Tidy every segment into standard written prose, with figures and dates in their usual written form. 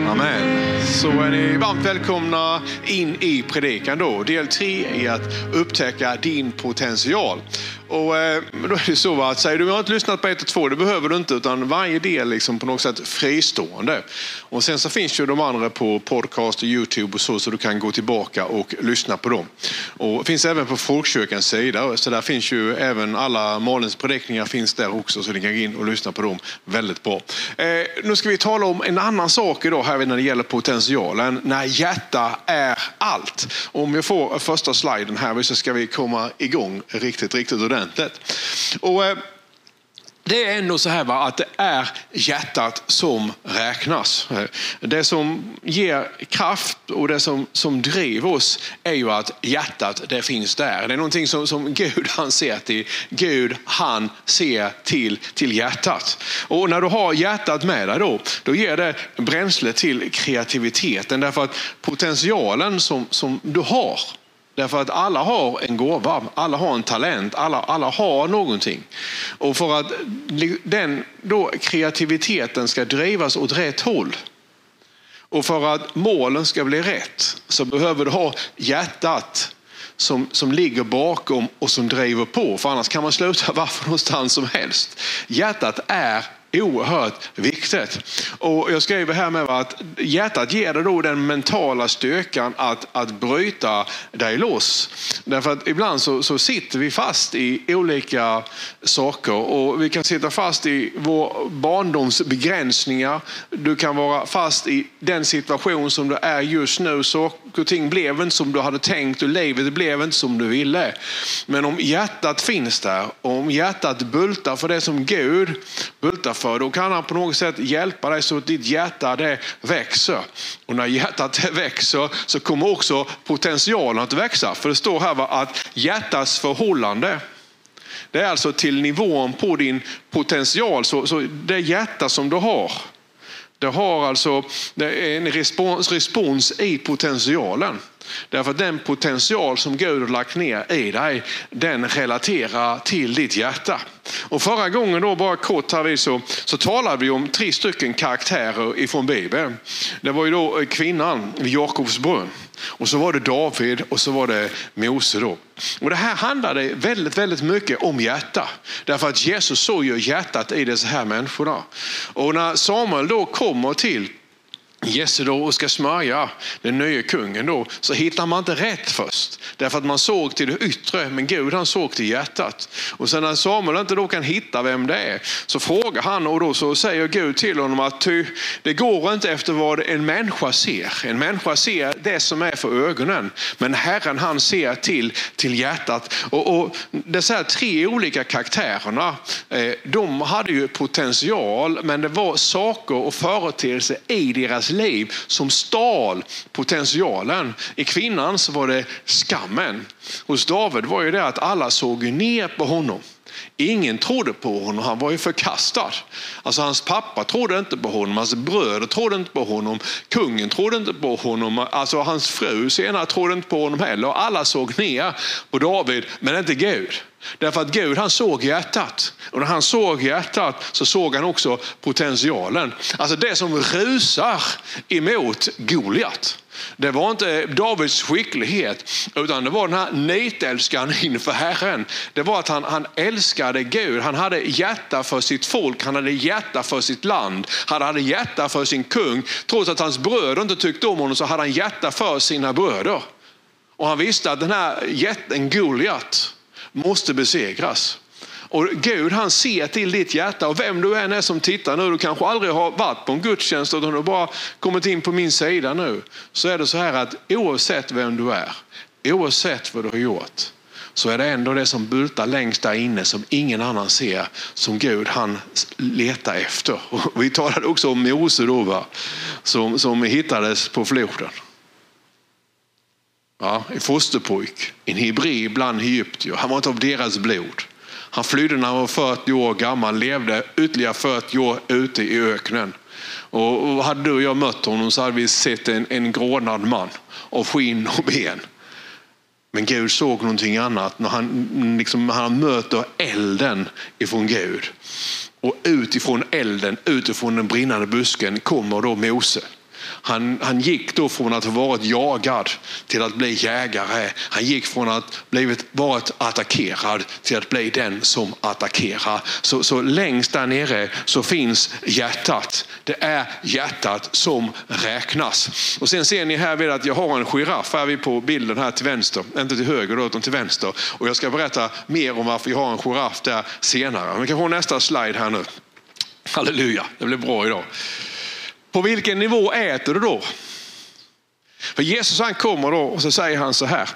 Amen. Så är ni varmt välkomna in i predikan då. Del 3 är att upptäcka din potential. Och då är det så att säger du jag har inte lyssnat på 1 och 2, det behöver du inte, utan varje del liksom på något sätt fristående. Och sen så finns ju de andra på podcast och YouTube och så du kan gå tillbaka och lyssna på dem. Och finns även på Folkkyrkans sida, så där finns ju även alla Malins predikningar finns där också, så ni kan gå in och lyssna på dem väldigt bra. Nu ska vi tala om en annan sak idag här när det gäller potentialen, när hjärta är allt. Om jag får första sliden här så ska vi komma igång riktigt ordentligt. Och det är ändå så här att det är hjärtat som räknas. Det som ger kraft och det som driver oss är ju att hjärtat det finns där. Det är någonting som Gud han ser till. Gud han ser till hjärtat. Och när du har hjärtat med dig då ger det bränsle till kreativiteten. Därför att potentialen som du har. Därför att alla har en gåva, alla har en talent, alla har någonting. Och för att den då kreativiteten ska drivas åt rätt håll och för att målen ska bli rätt så behöver du ha hjärtat som ligger bakom och som driver på. För annars kan man sluta varför någonstans som helst. Hjärtat är oerhört viktigt. Och jag skriver här med att hjärtat ger dig då den mentala styrkan att bryta dig loss. Därför att ibland så sitter vi fast i olika saker och vi kan sitta fast i vår barndoms begränsningar. Du kan vara fast i den situation som du är just nu. Saker och ting blev inte som du hade tänkt och livet blev inte som du ville. Men om hjärtat finns där och om hjärtat bultar för det som Gud bultar för, då kan han på något sätt hjälpa dig så att ditt hjärta det växer. Och när hjärtat växer så kommer också potentialen att växa. För det står här att hjärtats förhållande, det är alltså till nivån på din potential. Så det hjärta som du har, det har alltså en respons i potentialen. Därför att den potential som Gud har lagt ner i dig, den relaterar till ditt hjärta. Och förra gången då, bara kort här så talade vi om 3 stycken karaktärer ifrån Bibeln. Det var ju då kvinnan vid Jakobs brunn. Och så var det David och så var det Mose då. Och det här handlade väldigt mycket om hjärta. Därför att Jesus såg ju hjärtat i dessa här människorna. Och när Samuel då kommer till Jesse då och ska smörja den nya kungen då, så hittar man inte rätt först. Därför att man såg till det yttre, men Gud han såg till hjärtat. Och sen när Samuel inte då kan hitta vem det är, så frågar han och då så säger Gud till honom att det går inte efter vad en människa ser. En människa ser det som är för ögonen, men Herren han ser till hjärtat. Och dessa här 3 olika karaktärerna, de hade ju potential, men det var saker och företeelser i deras liv som stal potentialen. I kvinnan så var det skammen. Hos David var ju det att alla såg ner på honom. Ingen trodde på honom, han var ju förkastad. Alltså hans pappa trodde inte på honom, hans bröder trodde inte på honom, kungen trodde inte på honom, alltså hans fru senare trodde inte på honom heller. Och alla såg ner på David, men inte Gud. Därför att Gud han såg hjärtat. Och när han såg hjärtat så såg han också potentialen. Alltså det som rusar emot Goliat. Det var inte Davids skicklighet, utan det var den här nitälskan inför Herren. Det var att han älskade Gud. Han hade hjärta för sitt folk. Han hade hjärta för sitt land. Han hade hjärta för sin kung. Trots att hans bröder inte tyckte om honom så hade han hjärta för sina bröder. Och han visste att den här jätten Goliat måste besegras. Och Gud han ser till ditt hjärta, och vem du än är som tittar nu, du kanske aldrig har varit på en gudstjänst utan du har bara kommit in på min sida nu, så är det så här att oavsett vem du är, oavsett vad du har gjort, så är det ändå det som bultar längst där inne som ingen annan ser, som Gud han letar efter. Och vi talade också om Mose då, va? Som hittades på floden. Ja, en fosterpojk, en hebrej bland egyptier. Han var inte av deras blod. Han flydde när han var 40 år gammal, levde ytterligare 40 år ute i öknen. Och hade du och jag mött honom så hade vi sett en grånad man av skinn och ben. Men Gud såg någonting annat när han möter elden ifrån Gud. Och utifrån elden, utifrån den brinnande busken kommer då Mose. Han gick då från att ha varit jagad till att bli jägare. Han gick från att varit attackerad till att bli den som attackerar. Så längst där nere så finns hjärtat. Det är hjärtat som räknas. Och sen ser ni här vid att jag har en giraff här på bilden här till vänster. Inte till höger då, utan till vänster. Och jag ska berätta mer om varför jag har en giraff där senare. Vi kan få nästa slide här nu. Halleluja, det blir bra idag. På vilken nivå äter du då? För Jesus han kommer då och så säger han så här.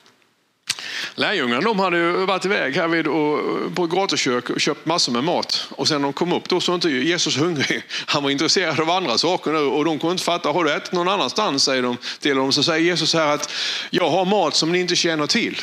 Lärjungarna de hade ju varit iväg här vid på ett gatukök och köpt massor med mat. Och sen de kom upp då så inte Jesus hungrig. Han var intresserad av andra saker nu och de kunde inte fatta. Har du ätit någon annanstans, säger de till dem. Så säger Jesus här att jag har mat som ni inte känner till.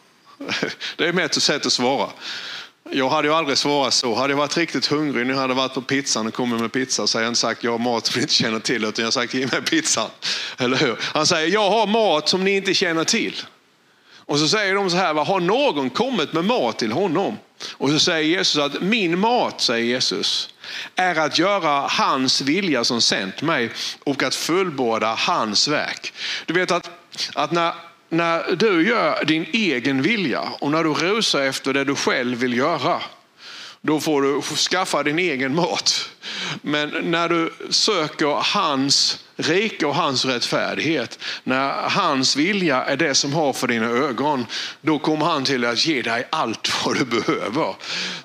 Det är ett sätt att svara. Jag hade ju aldrig svarat så. Hade jag varit riktigt hungrig, nu hade varit på pizzan och kommit med pizza, så har jag inte sagt jag har mat som ni inte känner till, utan jag har sagt ge mig pizzan. Eller hur? Han säger jag har mat som ni inte känner till. Och så säger de så här, har någon kommit med mat till honom? Och så säger Jesus att min mat, säger Jesus, är att göra hans vilja som sänt mig och att fullborda hans verk. Du vet att när du gör din egen vilja och när du rusar efter det du själv vill göra, då får du skaffa din egen mat. Men när du söker hans rike och hans rättfärdighet, när hans vilja är det som har för dina ögon, då kommer han till att ge dig allt vad du behöver.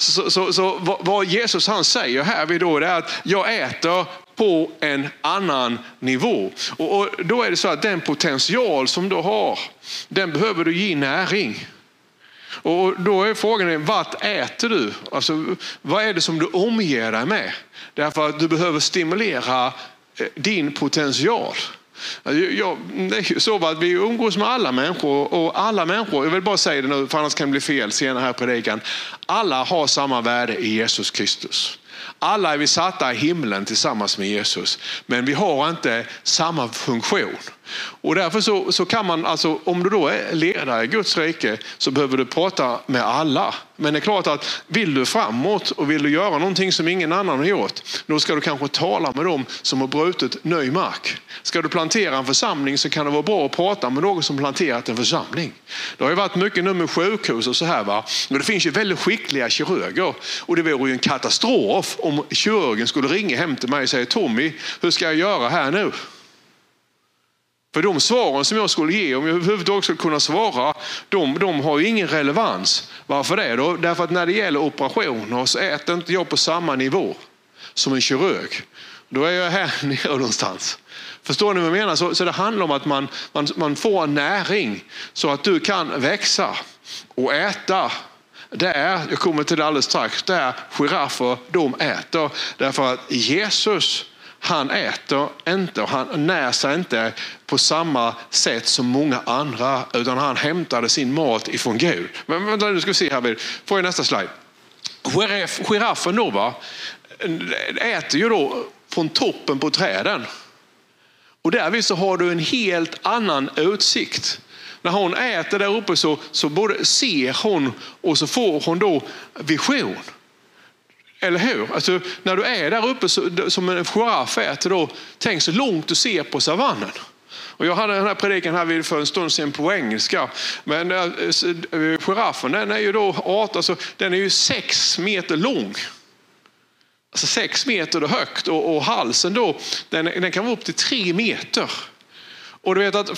Så vad Jesus han säger här vid då, det är att jag äter på en annan nivå. Och då är det så att den potential som du har, den behöver du ge näring. Och då är frågan, vart äter du? Alltså, vad är det som du omger dig med? Därför att du behöver stimulera din potential. Det är ju så att vi umgås med alla människor, och alla människor, jag vill bara säga det nu för annars kan det bli fel senare här på predikan. Alla har samma värde i Jesus Kristus. Alla är vi satta i himlen tillsammans med Jesus, men vi har inte samma funktion. Och därför så kan man, alltså, om du då är ledare i Guds rike, så behöver du prata med alla. Men det är klart att vill du framåt och vill du göra någonting som ingen annan har gjort, då ska du kanske tala med dem som har brutit ny mark. Ska du plantera en församling så kan det vara bra att prata med någon som planterat en församling. Det har ju varit mycket nu med sjukhus och så här, va. Och det finns ju väldigt skickliga kirurger, och det vore ju en katastrof om kirurgen skulle ringa hem till mig och säga Tommy, hur ska jag göra här nu? För de svaren som jag skulle ge, om jag överhuvudtaget skulle kunna svara, de har ju ingen relevans. Varför det då? Därför att när det gäller operationer så äter inte jag på samma nivå som en kirurg. Då är jag här nere någonstans. Förstår ni vad jag menar? Så det handlar om att man får näring så att du kan växa och äta. Där, jag kommer till det alldeles strax, där giraffer de äter. Därför att Jesus, han äter inte och han när sig inte på samma sätt som många andra, utan han hämtade sin mat ifrån Gud. Men vänta, nu ska vi se här. Får jag nästa slide. Giraffen då, va, äter ju då från toppen på träden. Och därvid så har du en helt annan utsikt. När hon äter där uppe så både ser hon och så får hon då vision. Eller hur? Alltså, när du är där uppe som en giraff äter då, tänk så långt du ser på savannen. Och jag hade den här predikan här för en stund sedan på engelska. Men giraffen, den är ju då den är ju 6 meter lång. Alltså 6 meter högt, och halsen då, den kan vara upp till 3 meter. Och du vet att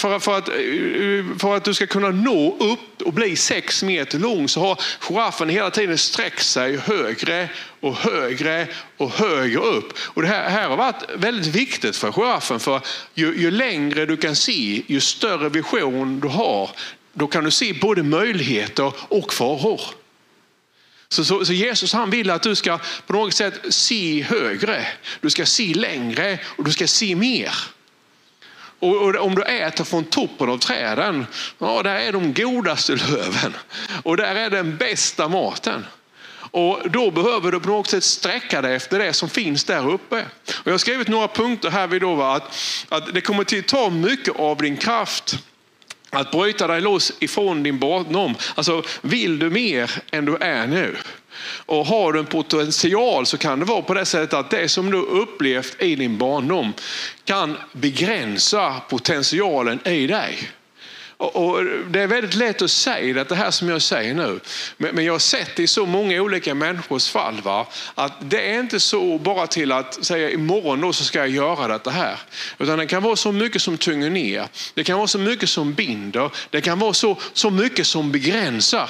för att du ska kunna nå upp och bli 6 meter lång, så har giraffen hela tiden sträckt sig högre och högre och högre upp. Och det här har varit väldigt viktigt för giraffen, för ju längre du kan se, ju större vision du har, då kan du se både möjligheter och faror. Så Jesus, han vill att du ska på något sätt se högre, du ska se längre och du ska se mer. Och om du äter från toppen av träden, ja, där är de godaste löven. Och där är den bästa maten. Och då behöver du på något sätt sträcka dig efter det som finns där uppe. Och jag har skrivit några punkter här vid då, att det kommer till att ta mycket av din kraft att bryta dig loss ifrån din barndom. Alltså, vill du mer än du är nu? Och har du en potential så kan det vara på det sättet att det som du upplevt i din barndom kan begränsa potentialen i dig. Och det är väldigt lätt att säga det här som jag säger nu. Men jag har sett i så många olika människors fall att det är inte så bara till att säga imorgon då så ska jag göra det här. Utan det kan vara så mycket som tynger ner. Det kan vara så mycket som binder. Det kan vara så mycket som begränsar.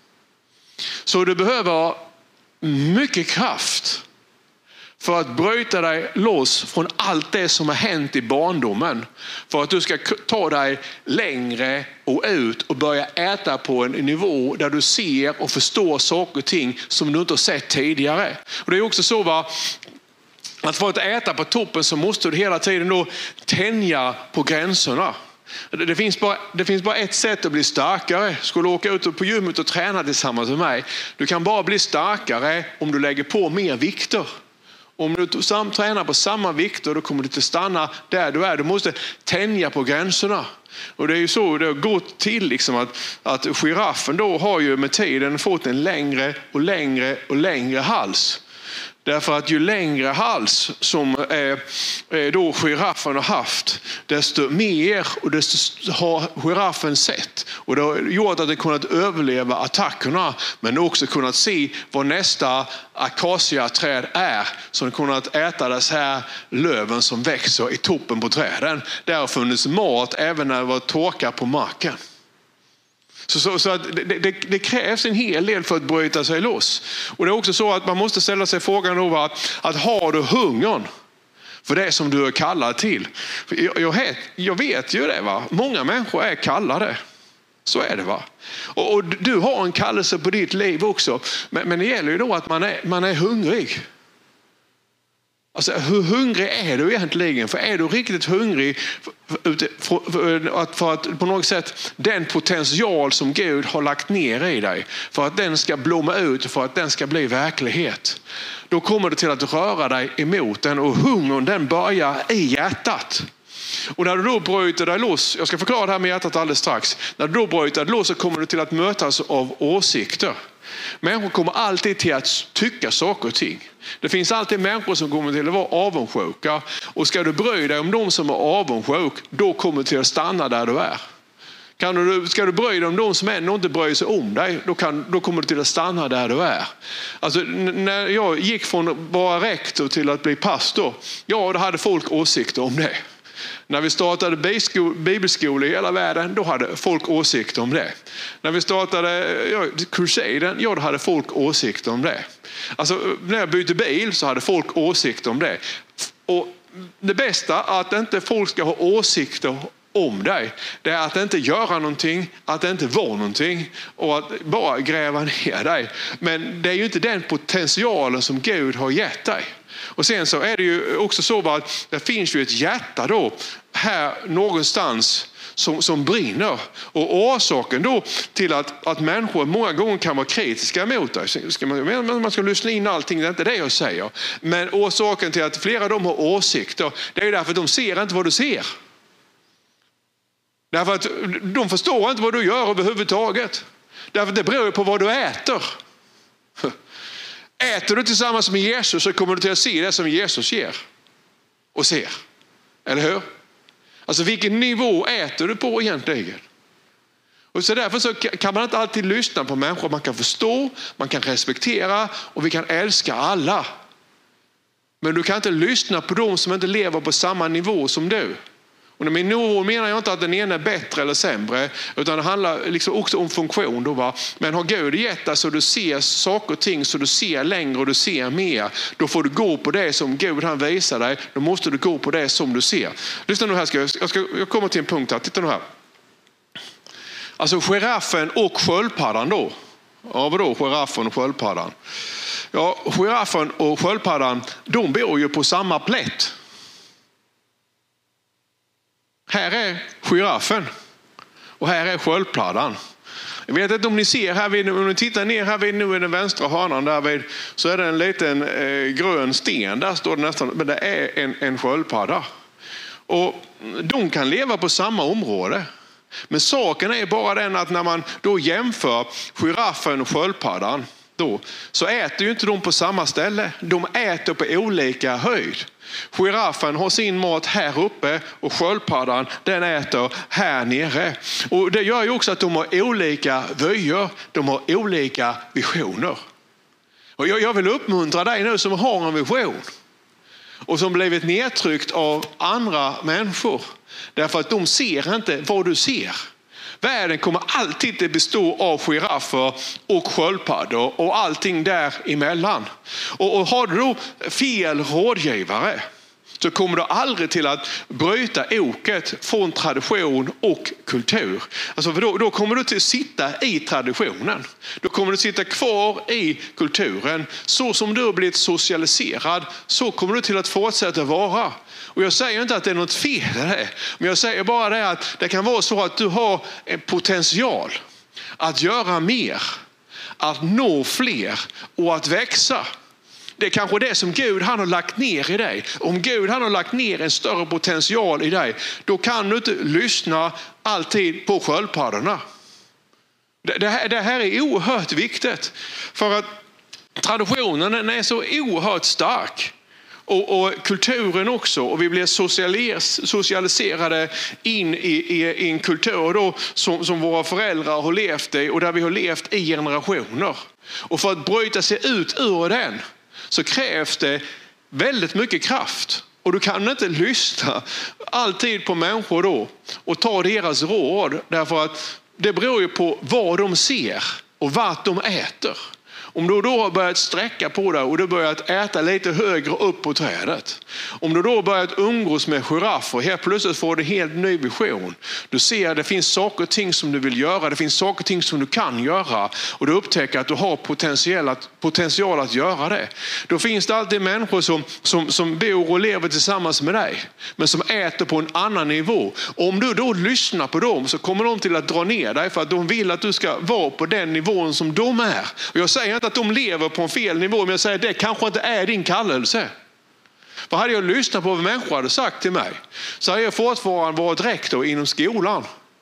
Så du behöver mycket kraft för att bryta dig loss från allt det som har hänt i barndomen. För att du ska ta dig längre och ut och börja äta på en nivå där du ser och förstår saker och ting som du inte har sett tidigare. Och det är också så att för att äta på toppen så måste du hela tiden då tänja på gränserna. Det finns bara ett sätt att bli starkare. Skulle du åka ut på gymmet och träna tillsammans med mig. Du kan bara bli starkare om du lägger på mer vikter. Om du tränar på samma vikter då kommer du inte stanna där du är. Du måste tänja på gränserna. Och det är ju så det har gått till liksom att giraffen då har ju med tiden fått en längre och längre och längre hals. Därför att ju längre hals som då giraffen har haft, desto mer och desto har giraffen sett. Och det har gjort att den kunnat överleva attackerna, men också kunnat se vad nästa akaciaträd är, som kunnat äta dess här löven som växer i toppen på träden. Där har funnits mat även när det var torka på marken. Så att det krävs en hel del för att bryta sig loss. Och det är också så att man måste ställa sig frågan då att har du hungern för det som du är kallad till? Jag vet ju det Många människor är kallade. Så är det Och du har en kallelse på ditt liv också. Men det gäller ju då att man är hungrig. Alltså, hur hungrig är du egentligen? För är du riktigt hungrig för att på något sätt den potential som Gud har lagt ner i dig, för att den ska blomma ut och för att den ska bli verklighet, då kommer du till att röra dig emot den, och hungern den börjar i hjärtat. Och när du då bryter dig loss, jag ska förklara det här med hjärtat alldeles strax. När du då bryter dig loss så kommer du till att mötas av åsikter. Människor kommer alltid till att tycka saker och ting. Det finns alltid människor som kommer till att vara avundsjuka. Och ska du bry dig om de som är avundsjuk, då kommer du till att stanna där du är. Ska du bry dig om de som ändå inte bryr sig om dig, då kommer du till att stanna där du är. Alltså, när jag gick från att vara rektor till att bli pastor, då hade folk åsikter om det. När vi startade bibelskola i hela världen, då hade folk åsikter om det. När vi startade Crusaden, då hade folk åsikter om det. Alltså, när jag bytte bil så hade folk åsikter om det. Och det bästa att inte folk ska ha åsikter om dig, det är att inte göra någonting, att inte vara någonting och att bara gräva ner dig. Men det är ju inte den potentialen som Gud har gett dig. Och sen så är det ju också så att det finns ju ett hjärta då här någonstans som brinner. Och orsaken då till att människor många gånger kan vara kritiska mot dig. Man ska lyssna in allting, det är inte det jag säger. Men orsaken till att flera av dem har åsikter, det är ju därför att de ser inte vad du ser. Därför att de förstår inte vad du gör överhuvudtaget. Därför att det beror på vad du äter. Äter du tillsammans med Jesus så kommer du till att se det som Jesus ger och ser. Eller hur? Alltså vilken nivå äter du på egentligen? Och så därför så kan man inte alltid lyssna på människor. Man kan förstå, man kan respektera och vi kan älska alla. Men du kan inte lyssna på dem som inte lever på samma nivå som du. Och med nivå menar jag inte att den ena är bättre eller sämre, utan det handlar liksom också om funktion då. Men har Gud gett dig så du ser saker och ting, så du ser längre och du ser mer, då får du gå på det som Gud han visar dig. Då måste du gå på det som du ser. Lyssna nu här, jag kommer till en punkt här. Titta nu här. Alltså giraffen och sköldpaddan då. Ja, vadå giraffen och sköldpaddan? Ja, giraffen och sköldpaddan, de bor ju på samma plätt. Här är giraffen och här är sköldpaddan. Jag vet inte om ni ser här, om ni tittar ner här vid nu i den vänstra hörnan där så är det en liten grön sten. Där står det nästan, men det är en sköldpadda. Och de kan leva på samma område. Men saken är bara den att när man då jämför giraffen och sköldpaddan, då, så äter ju inte de på samma ställe. De äter på olika höjd. Giraffen har sin mat här uppe och sköldpaddan den äter här nere. Och det gör ju också att de har olika vyer, de har olika visioner. Och jag vill uppmuntra dig nu som har en vision och som blivit nedtryckt av andra människor därför att de ser inte vad du ser. Världen kommer alltid att bestå av giraffer och sköldpaddor och allting däremellan. Och har du då fel rådgivare så kommer du aldrig till att bryta oket från tradition och kultur. Alltså då kommer du till att sitta i traditionen. Då kommer du att sitta kvar i kulturen. Så som du har blivit socialiserad så kommer du till att fortsätta vara. Och jag säger inte att det är något fel i det. Men jag säger bara det att det kan vara så att du har en potential att göra mer. Att nå fler och att växa. Det är kanske det som Gud han har lagt ner i dig. Om Gud han har lagt ner en större potential i dig, då kan du inte lyssna alltid på sköldpaddorna. Det här är oerhört viktigt. För att traditionen är så oerhört stark. Och kulturen också. Och vi blir socialiserade in i en kultur då, som våra föräldrar har levt i och där vi har levt i generationer. Och för att bryta sig ut ur den så krävs det väldigt mycket kraft. Och du kan inte lyssna alltid på människor då och ta deras råd. Därför att det beror ju på vad de ser och vart de äter. Om du då har börjat sträcka på dig och du har börjat äta lite högre upp på trädet. Om du då har börjat umgås med giraffer, helt plötsligt får du en helt ny vision. Du ser att det finns saker och ting som du vill göra, det finns saker och ting som du kan göra. Och du upptäcker att du har potential att göra det. Då finns det alltid människor som bor och lever tillsammans med dig. Men som äter på en annan nivå. Och om du då lyssnar på dem så kommer de till att dra ner dig för att de vill att du ska vara på den nivån som de är. Och jag säger inte att de lever på en fel nivå, men jag säger att det kanske inte är din kallelse. För hade jag lyssnat på vad människor hade sagt till mig så hade jag fortfarande varit rektor inom skolan.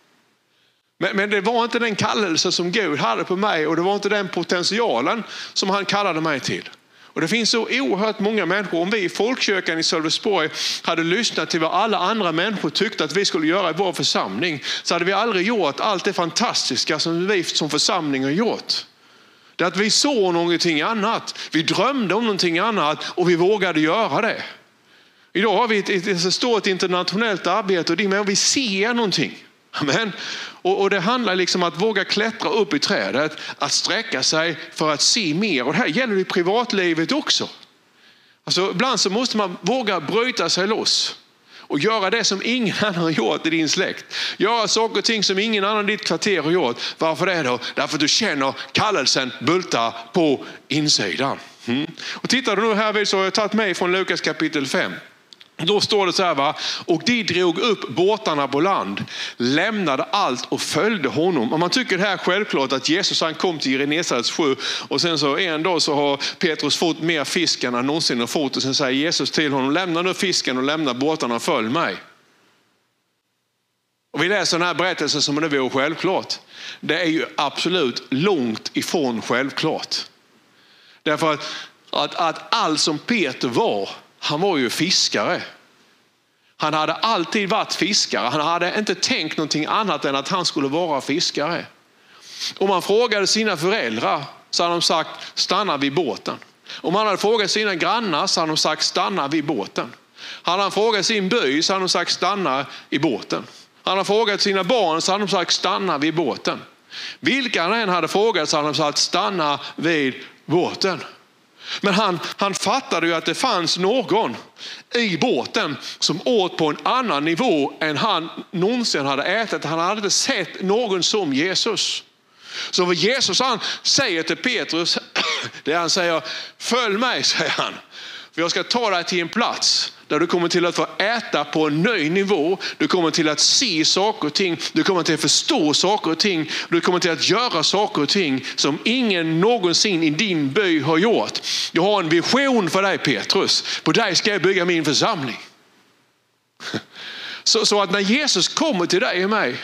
Men det var inte den kallelse som Gud hade på mig och det var inte den potentialen som han kallade mig till. Och det finns så oerhört många människor. Om vi i folkkyrkan i Sölvesborg hade lyssnat till vad alla andra människor tyckte att vi skulle göra i vår församling så hade vi aldrig gjort allt det fantastiska som vi som församling har gjort. Det är att vi såg någonting annat. Vi drömde om någonting annat och vi vågade göra det. Idag har vi ett stort internationellt arbete och det med att vi ser någonting. Amen. Och det handlar liksom om att våga klättra upp i trädet, att sträcka sig för att se mer. Och det här gäller i privatlivet också. Alltså ibland så måste man våga bryta sig loss. Och göra det som ingen annan har gjort i din släkt. Göra saker och ting som ingen annan i ditt kvarter har gjort. Varför det då? Därför att du känner kallelsen bulta på insidan. Och tittar du nu här så har jag tagit med från Lukas kapitel 5. Då står det så här va. Och de drog upp båtarna på land. Lämnade allt och följde honom. Och man tycker det här är självklart att Jesus han kom till Genesarets sjö. Och sen så en dag så har Petrus fått mer fisk än han någonsin har fått. Och sen säger Jesus till honom. Lämna nu fisken och lämna båtarna och följ mig. Och vi läser den här berättelsen som det var självklart. Det är ju absolut långt ifrån självklart. Därför att allt som Peter var. Han var ju fiskare. Han hade alltid varit fiskare. Han hade inte tänkt någonting annat än att han skulle vara fiskare. Om man frågade sina föräldrar så hade de sagt stanna vid båten. Om man hade frågat sina grannar så hade de sagt stanna vid båten. Hade han frågat sin by så hade de sagt stanna i båten. Hade han frågat sina barn så hade de sagt stanna vid båten. Vilka han än hade frågat så hade de sagt stanna vid båten. Men han fattade ju att det fanns någon i båten som åt på en annan nivå än han någonsin hade ätit. Han hade inte sett någon som Jesus. Så vad Jesus han säger till Petrus, det han säger, följ mig, säger han. För jag ska ta dig till en plats där du kommer till att få äta på en ny nivå. Du kommer till att se saker och ting. Du kommer till att förstå saker och ting. Du kommer till att göra saker och ting som ingen någonsin i din by har gjort. Jag har en vision för dig, Petrus. På dig ska jag bygga min församling. Så att när Jesus kommer till dig och mig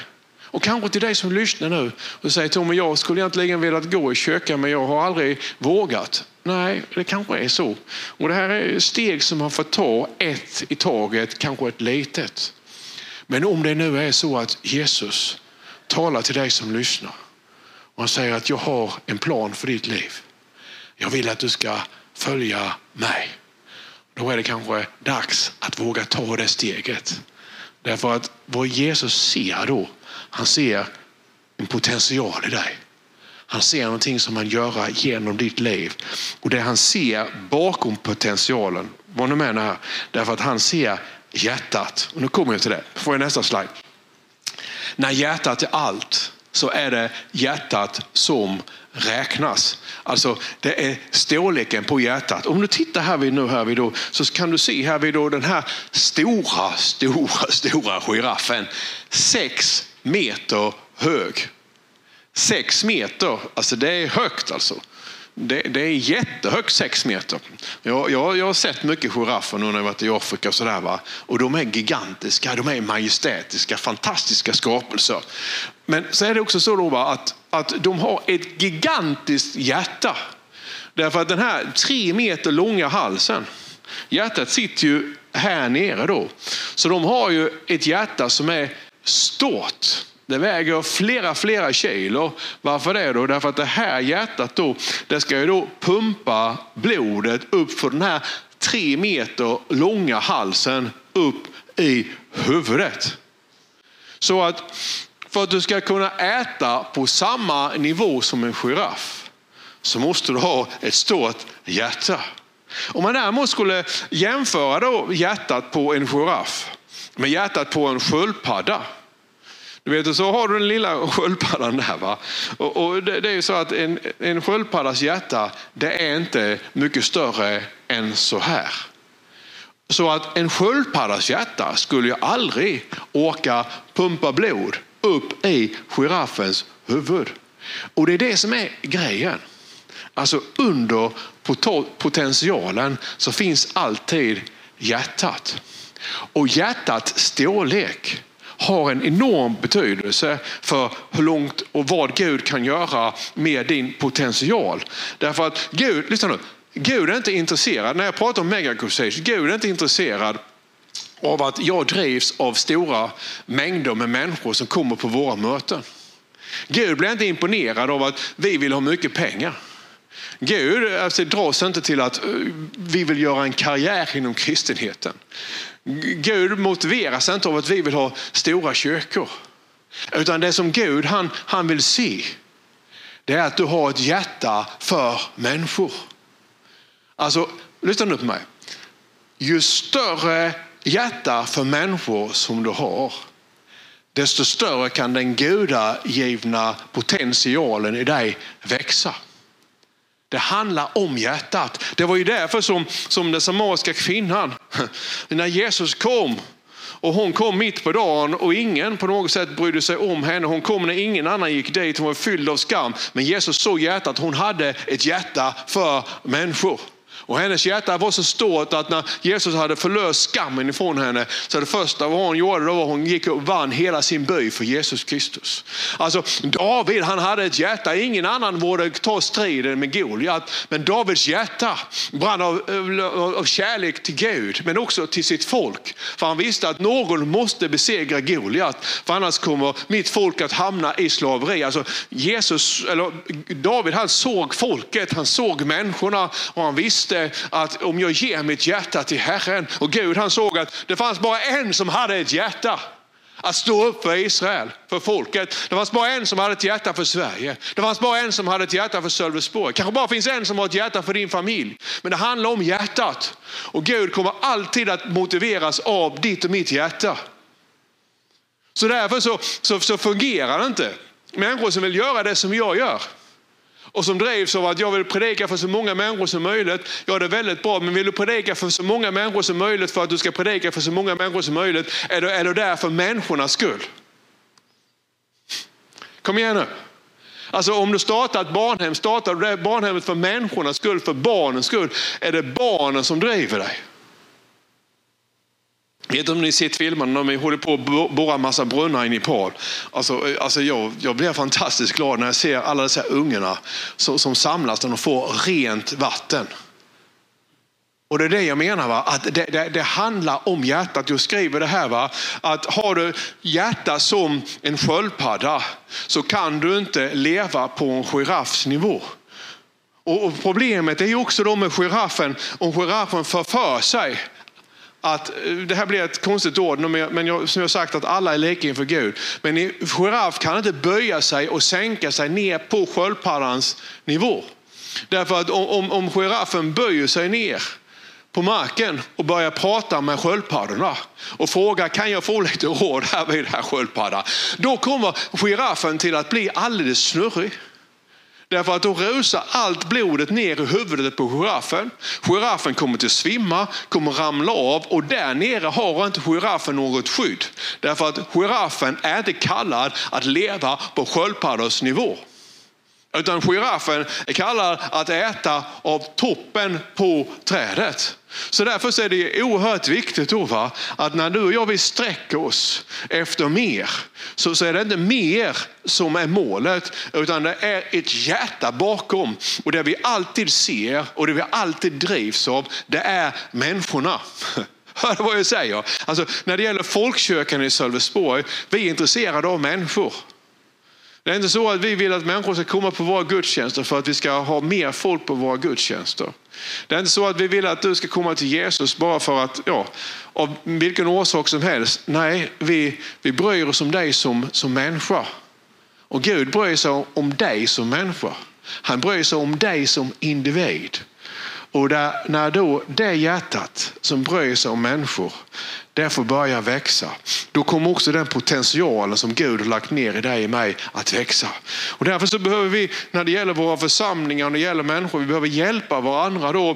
Och kanske till dig som lyssnar nu och säger Tom, jag skulle egentligen velat gå i kyrkan men jag har aldrig vågat. Nej, det kanske är så. Och det här är steg som man får ta ett i taget, kanske ett litet. Men om det nu är så att Jesus talar till dig som lyssnar och han säger att jag har en plan för ditt liv. Jag vill att du ska följa mig. Då är det kanske dags att våga ta det steget. Därför att vad Jesus ser då, han ser en potential i dig. Han ser någonting som han gör genom ditt liv. Och det han ser bakom potentialen, var nu med här, därför att han ser hjärtat. Och nu kommer jag till det, får jag nästa slide. När hjärtat är allt så är det hjärtat som räknas. Alltså det är storleken på hjärtat. Om du tittar här vid då, så kan du se här vid då den här stora giraffen. 6 meter hög. 6 meter, alltså det är högt alltså. Det är jättehögt 6 meter. Jag har sett mycket giraffer nu när jag varit i Afrika och sådär va. Och de är gigantiska, de är majestätiska, fantastiska skapelser. Men så är det också så då va, att de har ett gigantiskt hjärta. Därför att den här 3 meter långa halsen, hjärtat sitter ju här nere då. Så de har ju ett hjärta som är stort. Det väger flera kilo. Varför det då? Därför att det här hjärtat då, det ska ju då pumpa blodet upp för den här 3 meter långa halsen upp i huvudet. Så att för att du ska kunna äta på samma nivå som en giraff så måste du ha ett stort hjärta. Om man däremot skulle jämföra då hjärtat på en giraff med hjärtat på en sköldpadda. Du vet, så har du den lilla sköldpaddan där va. Och det är ju så att en sköldpaddas hjärta, det är inte mycket större än så här. Så att en sköldpaddas hjärta skulle ju aldrig åka pumpa blod upp i giraffens huvud. Och det är det som är grejen. Alltså under potentialen så finns alltid hjärtat. Och hjärtats storlek har en enorm betydelse för hur långt och vad Gud kan göra med din potential. Därför att Gud, lyssna nu, Gud är inte intresserad, när jag pratar om megakurser, Gud är inte intresserad av att jag drivs av stora mängder med människor som kommer på våra möten. Gud blir inte imponerad av att vi vill ha mycket pengar. Gud alltså, dras inte till att vi vill göra en karriär inom kristenheten. Gud motiveras inte av att vi vill ha stora kyrkor. Utan det som Gud han vill se, det är att du har ett hjärta för människor. Alltså, lyssna nu på mig. Ju större hjärta för människor som du har, desto större kan den gudagivna potentialen i dig växa. Det handlar om hjärtat. Det var ju därför som den samariska kvinnan, när Jesus kom och hon kom mitt på dagen och ingen på något sätt brydde sig om henne. Hon kom när ingen annan gick dit. Hon var fylld av skam. Men Jesus såg hjärtat. Hon hade ett hjärta för människor. Och hennes hjärta var så stort att när Jesus hade förlöst skammen ifrån henne, så det första vad hon gjorde då var hon gick och vann hela sin by för Jesus Kristus. Alltså David, han hade ett hjärta. Ingen annan borde ta striden med Goliat. Men Davids hjärta brann av kärlek till Gud, men också till sitt folk. För han visste att någon måste besegra Goliat. För annars kommer mitt folk att hamna i slaveri. Alltså David, han såg folket, han såg människorna och han visste att om jag ger mitt hjärta till Herren, och Gud han såg att det fanns bara en som hade ett hjärta att stå upp för Israel, för folket. Det fanns bara en som hade ett hjärta för Sverige. Det fanns bara en som hade ett hjärta för Sölvesborg. Kanske bara finns en som har ett hjärta för din familj. Men det handlar om hjärtat. Och Gud kommer alltid att motiveras av ditt och mitt hjärta. Så därför så fungerar det inte. Människor som vill göra det som jag gör och som drivs av att jag vill predika för så många människor som möjligt. Ja, det är väldigt bra, men vill du predika för så många människor som möjligt för att du ska predika för så många människor som möjligt, är du där för människornas skull? Kom igen nu. Alltså om du startar ett barnhem, startar du det barnhemmet för människornas skull, för barnens skull. Är det barnen som driver dig? Vet inte om ni sett filmen när vi håller på att borra en massa brunnar i Nepal. Alltså jag blir fantastiskt glad när jag ser alla dessa ungarna som samlas när de får rent vatten. Och det är det jag menar, va? Att det handlar om hjärtat. Jag skriver det här, va? Att har du hjärta som en sköldpadda så kan du inte leva på en giraffs nivå. Och problemet är ju också då med giraffen, om giraffen för sig att, det här blir ett konstigt ord, men som jag sagt att alla är lika inför Gud. Men en giraff kan inte böja sig och sänka sig ner på sköldpaddans nivå. Därför att om giraffen böjer sig ner på marken och börjar prata med sköldpaddorna och fråga, kan jag få lite råd här vid den här sköldpaddan? Då kommer giraffen till att bli alldeles snurrig. Därför att då rusar allt blodet ner i huvudet på giraffen. Giraffen kommer till svimma, kommer ramla av och där nere har inte giraffen något skydd. Därför att giraffen är inte kallad att leva på sköldpaddors nivå. Utan giraffen är kallad att äta av toppen på trädet. Så därför så är det oerhört viktigt då, va? Att när du och jag vill sträcka oss efter mer så är det inte mer som är målet, utan det är ett hjärta bakom. Och det vi alltid ser och det vi alltid drivs av, det är människorna. Hör du vad jag säger? Alltså, när det gäller folkkyrkan i Sölvesborg, vi är intresserade av människor. Det är inte så att vi vill att människor ska komma på våra gudstjänster för att vi ska ha mer folk på våra gudstjänster. Det är inte så att vi vill att du ska komma till Jesus bara för att, av vilken orsak som helst. Nej, vi bryr oss om dig som människa. Och Gud bryr sig om dig som människa. Han bryr sig om dig som individ. Och när då det hjärtat som bryr sig om människor, det får börja växa, då kommer också den potentialen som Gud har lagt ner i dig och mig att växa. Och därför så behöver vi, när det gäller våra församlingar, när det gäller människor, vi behöver hjälpa varandra då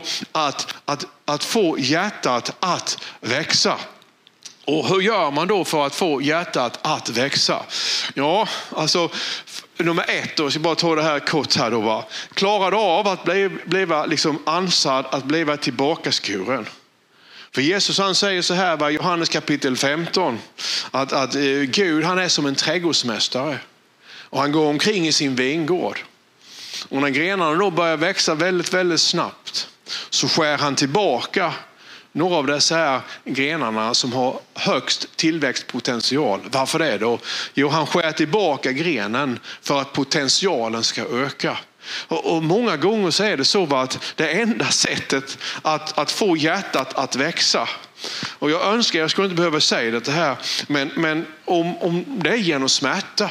att få hjärtat att växa. Och hur gör man då för att få hjärtat att växa? Ja, alltså nummer 1 då, så jag bara ta det här kort här då, va. Klarar du av att bli liksom ansad, att bli tillbakaskuren? För Jesus han säger så här, va, Johannes kapitel 15, att Gud han är som en trädgårdsmästare och han går omkring i sin vingård. Och när grenarna då börjar växa väldigt, väldigt snabbt så skär han tillbaka några av dessa här grenarna som har högst tillväxtpotential. Varför det då? Jo, han skär tillbaka grenen för att potentialen ska öka. Och många gånger så är det så att det enda sättet att få hjärtat att växa. Och jag önskar, jag skulle inte behöva säga det här, men om det är genom smärta.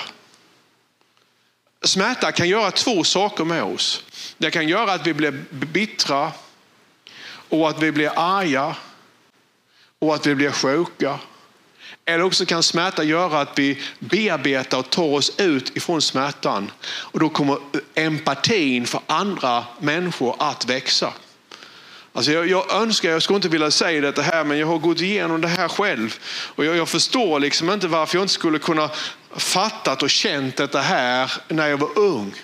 Smärta kan göra 2 saker med oss. Det kan göra att vi blir bittra och att vi blir arga och att vi blir sjuka. Eller också kan smärta göra att vi bearbetar och tar oss ut ifrån smärtan. Och då kommer empatin för andra människor att växa. Alltså jag önskar, jag skulle inte vilja säga det här, men jag har gått igenom det här själv. Och jag förstår liksom inte varför jag inte skulle kunna fattat och känt det här när jag var ung.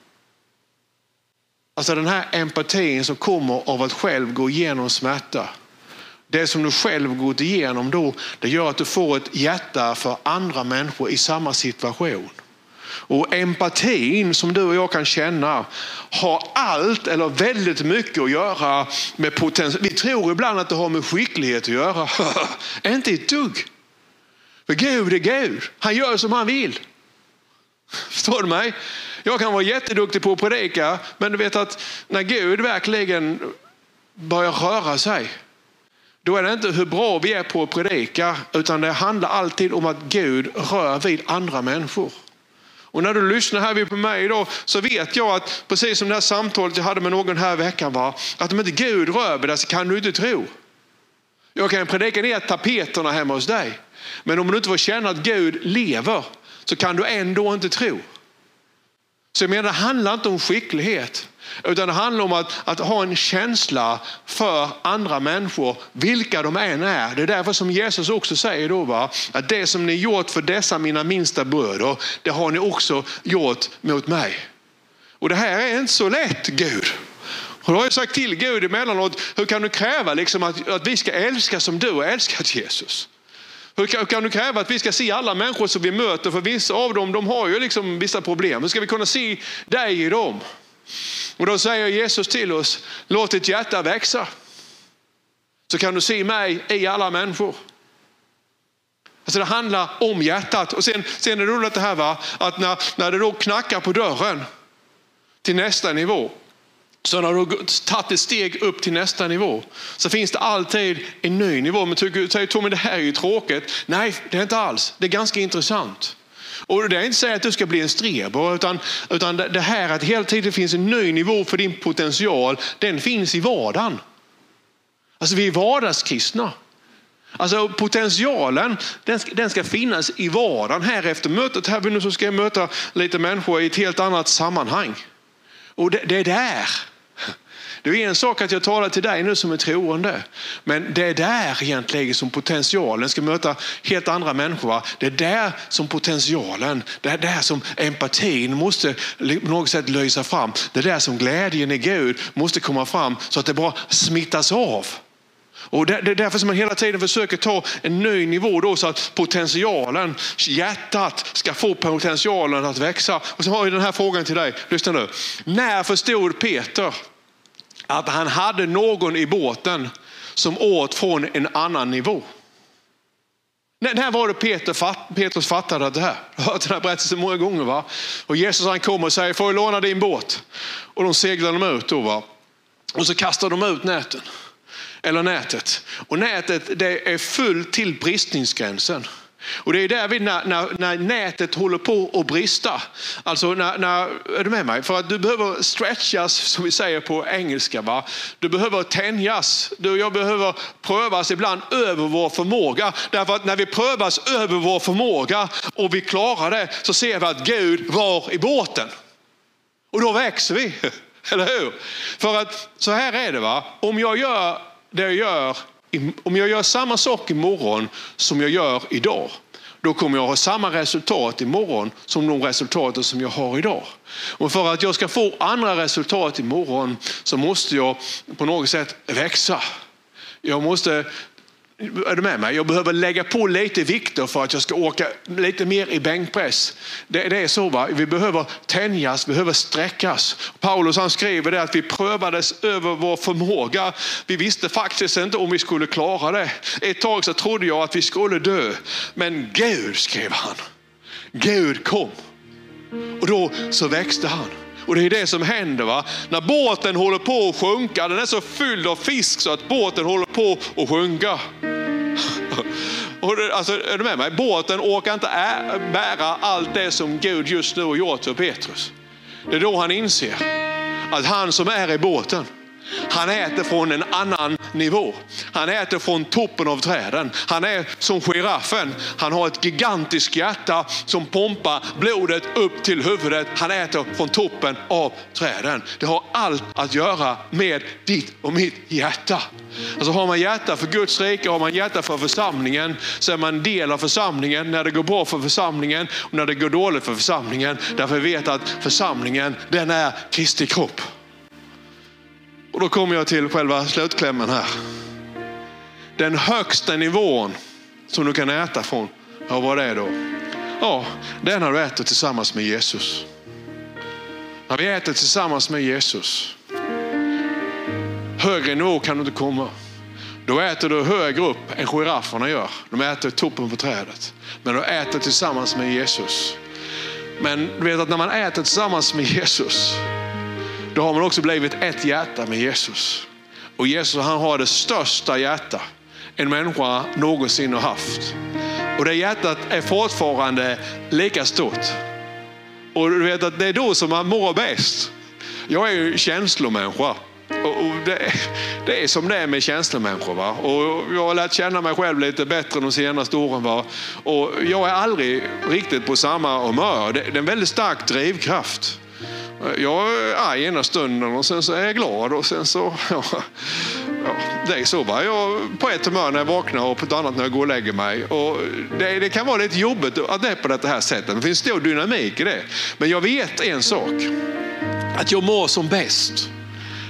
Alltså den här empatin som kommer av att själv gå igenom smärta. Det som du själv gått igenom då, det gör att du får ett hjärta för andra människor i samma situation. Och empatin som du och jag kan känna har allt eller väldigt mycket att göra med potential. Vi tror ibland att det har med skicklighet att göra. Inte ett dugg. För Gud är Gud. Han gör som han vill. Förstår du mig? Jag kan vara jätteduktig på att predika, men du vet att när Gud verkligen börjar röra sig, då är det inte hur bra vi är på att predika, utan det handlar alltid om att Gud rör vid andra människor. Och när du lyssnar här på mig idag så vet jag att precis som det här samtalet jag hade med någon här veckan var, att om inte Gud rör vid dig så kan du inte tro. Jag kan predika ner tapeterna hemma hos dig, men om du inte får känna att Gud lever så kan du ändå inte tro. Så jag menar, det handlar inte om skicklighet, utan det handlar om att ha en känsla för andra människor, vilka de än är. Det är därför som Jesus också säger då, va, att det som ni gjort för dessa mina minsta bröder, det har ni också gjort mot mig. Och det här är inte så lätt, Gud. Och då har jag sagt till Gud emellanåt, hur kan du kräva liksom att vi ska älska som du har älskat Jesus? Hur kan du kräva att vi ska se alla människor som vi möter? För vissa av dem, de har ju liksom vissa problem. Hur ska vi kunna se dig i dem? Och då säger Jesus till oss, låt ditt hjärta växa. Så kan du se mig i alla människor. Alltså det handlar om hjärtat. Och sen är det roligt det här, va? Att när det då knackar på dörren till nästa nivå. Så när du har tagit ett steg upp till nästa nivå så finns det alltid en ny nivå. Men säger Tommy, det här är ju tråkigt. Nej, det är inte alls. Det är ganska intressant. Och det är inte så att du ska bli en streber, utan det här att hela tiden finns en ny nivå för din potential, den finns i vardagen. Alltså vi är vardagskristna. Alltså potentialen, den ska finnas i vardagen. Här efter mötet här nu så ska jag möta lite människor i ett helt annat sammanhang. Och det är där. Det är en sak att jag talar till dig nu som är troende. Men det är där egentligen som potentialen ska möta helt andra människor. Det är där som potentialen, det är där som empatin måste på något sätt lösa fram. Det är där som glädjen i Gud måste komma fram så att det bara smittas av. Och det är därför som man hela tiden försöker ta en ny nivå då, så att potentialen, hjärtat ska få potentialen att växa. Och så har jag den här frågan till dig. Lyssna nu. När förstod Peter att han hade någon i båten som åt från en annan nivå? När var det Petrus fattade det här? Jag har hört den här berättelsen många gånger, va? Och Jesus han kommer och säger, får jag låna din båt? Och de seglar dem ut då, va? Och så kastar de ut nätet. Och nätet det är fullt till bristningsgränsen. Och det är där när nätet håller på att brista. Alltså är du med mig? För att du behöver stretchas, som vi säger på engelska, va? Du behöver tänjas. Jag behöver prövas ibland över vår förmåga. Därför att när vi prövas över vår förmåga och vi klarar det, så ser vi att Gud var i båten. Och då växer vi. Eller hur? För att så här är det, va? Om jag gör samma sak imorgon som jag gör idag, då kommer jag ha samma resultat imorgon som de resultaten som jag har idag. Och för att jag ska få andra resultat imorgon så måste jag på något sätt växa. Är du med mig? Jag behöver lägga på lite vikter för att jag ska åka lite mer i bänkpress. Det är så, va? Vi behöver tänjas, vi behöver sträckas. Paulus han skriver det att vi prövades över vår förmåga. Vi visste faktiskt inte om vi skulle klara det. Ett tag så trodde jag att vi skulle dö. Men Gud, skrev han. Gud kom. Och då så växte han. Och det är det som händer, va? När båten håller på att sjunka, den är så fylld av fisk så att båten håller på att sjunka. Alltså, är du med mig? Båten orkar inte bära allt det som Gud just nu har gjort för Petrus. Det är då han inser att han som är i båten, han äter från en annan nivå. Han äter från toppen av träden. Han är som giraffen. Han har ett gigantiskt hjärta som pumpar blodet upp till huvudet. Han äter från toppen av träden. Det har allt att göra med ditt och mitt hjärta. Alltså har man hjärta för Guds rike, har man hjärta för församlingen, så är man en del av församlingen när det går bra för församlingen och när det går dåligt för församlingen. Därför vet att församlingen, den är Kristi kropp. Och då kommer jag till själva slutklämmen här. Den högsta nivån som du kan äta från, ja, vad är det då? Ja, det är när du äter tillsammans med Jesus. När vi äter tillsammans med Jesus, högre nivå kan du inte komma. Då äter du högre upp än girafferna gör. De äter toppen på trädet. Men du äter tillsammans med Jesus. Men du vet att när man äter tillsammans med Jesus, då har man också blivit ett hjärta med Jesus. Och Jesus, han har det största hjärta en människa någonsin har haft. Och det hjärtat är fortfarande lika stort. Och du vet att det är då som man mår bäst. Jag är ju känslomänniska. Och det är som det är med känslomänniskor, va? Och jag har lärt känna mig själv lite bättre de senaste åren, va? Och jag är aldrig riktigt på samma humör. Det är en väldigt stark drivkraft. Jag är arg ena stunden och sen så är jag glad och sen så det är så, va? Jag på ett humör när jag vaknar och på ett annat när jag går och lägger mig. Och det kan vara lite jobbigt att det är på det här sättet. Det finns stor dynamik i det. Men jag vet en sak. Att jag mår som bäst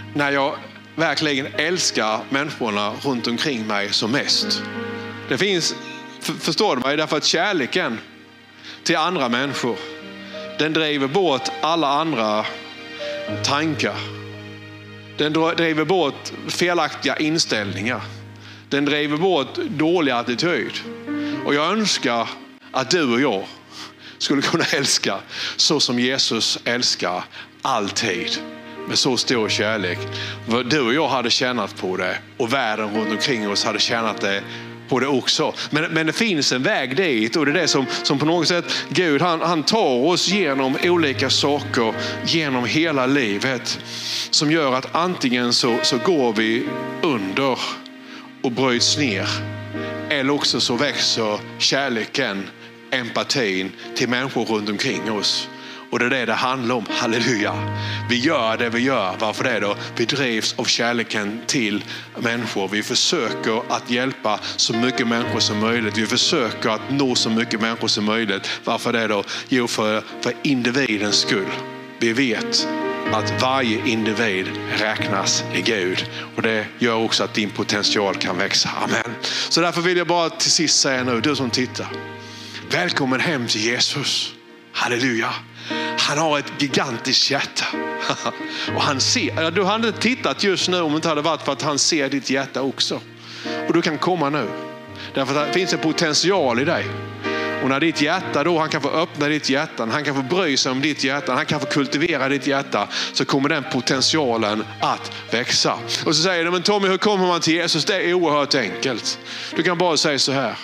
när jag verkligen älskar människorna runt omkring mig som mest. Det finns, förstår du mig, därför att kärleken till andra människor, den driver bort alla andra tankar. Den driver bort felaktiga inställningar. Den driver bort dålig attityd. Och jag önskar att du och jag skulle kunna älska så som Jesus älskar alltid. Med så stor kärlek. Du och jag hade tjänat på det. Och världen runt omkring oss hade tjänat det på det också. Men det finns en väg dit. Och det är det som på något sätt Gud han tar oss genom olika saker. Genom hela livet. Som gör att antingen så går vi under och bryts ner. Eller också så växer kärleken, empatin till människor runt omkring oss. Och det är det handlar om. Halleluja. Vi gör det vi gör. Varför det då? Vi drivs av kärleken till människor. Vi försöker att hjälpa så mycket människor som möjligt. Vi försöker att nå så mycket människor som möjligt. Varför det då? Jo, för individens skull. Vi vet att varje individ räknas i Gud. Och det gör också att din potential kan växa. Amen. Så därför vill jag bara till sist säga nu, du som tittar. Välkommen hem till Jesus. Halleluja. Han har ett gigantiskt hjärta. Och han ser, du hade inte tittat just nu om det inte hade varit för att han ser ditt hjärta också. Och du kan komma nu. Därför att det finns en potential i dig. Och när ditt hjärta då, han kan få öppna ditt hjärta, han kan få bry sig om ditt hjärta, han kan få kultivera ditt hjärta, så kommer den potentialen att växa. Och så säger du, men Tommy, hur kommer man till Jesus? Det är oerhört enkelt. Du kan bara säga så här: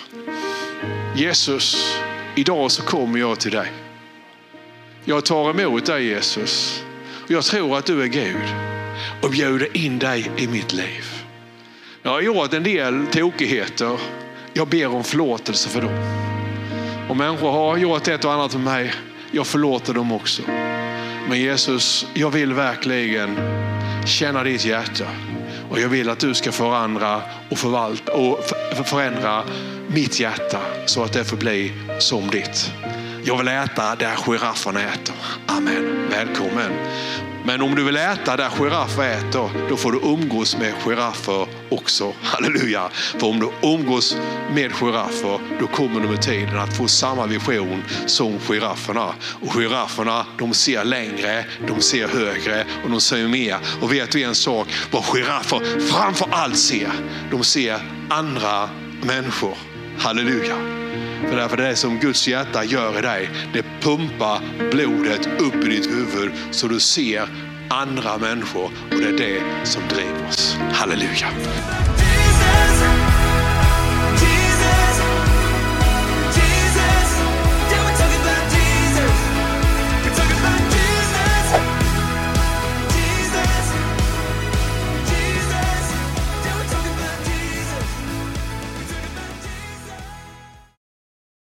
Jesus, idag så kommer jag till dig. Jag tar emot dig, Jesus. Jag tror att du är Gud och bjuder in dig i mitt liv. Jag har gjort en del tokigheter. Jag ber om förlåtelse för dem. Och människor har gjort ett och annat för mig. Jag förlåter dem också. Men Jesus, jag vill verkligen känna ditt hjärta. Och jag vill att du ska förändra och förvalta och förändra mitt hjärta så att det får bli som ditt. Jag vill äta där girafferna äter. Amen. Välkommen. Men om du vill äta där giraffer äter, då får du umgås med giraffer också. Halleluja. För om du umgås med giraffer, då kommer du med tiden att få samma vision som girafferna. Och girafferna, de ser längre, de ser högre och de ser mer. Och vet du en sak? Vad giraffer framför allt ser? De ser andra människor. Halleluja. För därför det är som Guds hjärta gör i dig. Det pumpar blodet upp i ditt huvud så du ser andra människor. Och det är det som driver oss. Halleluja.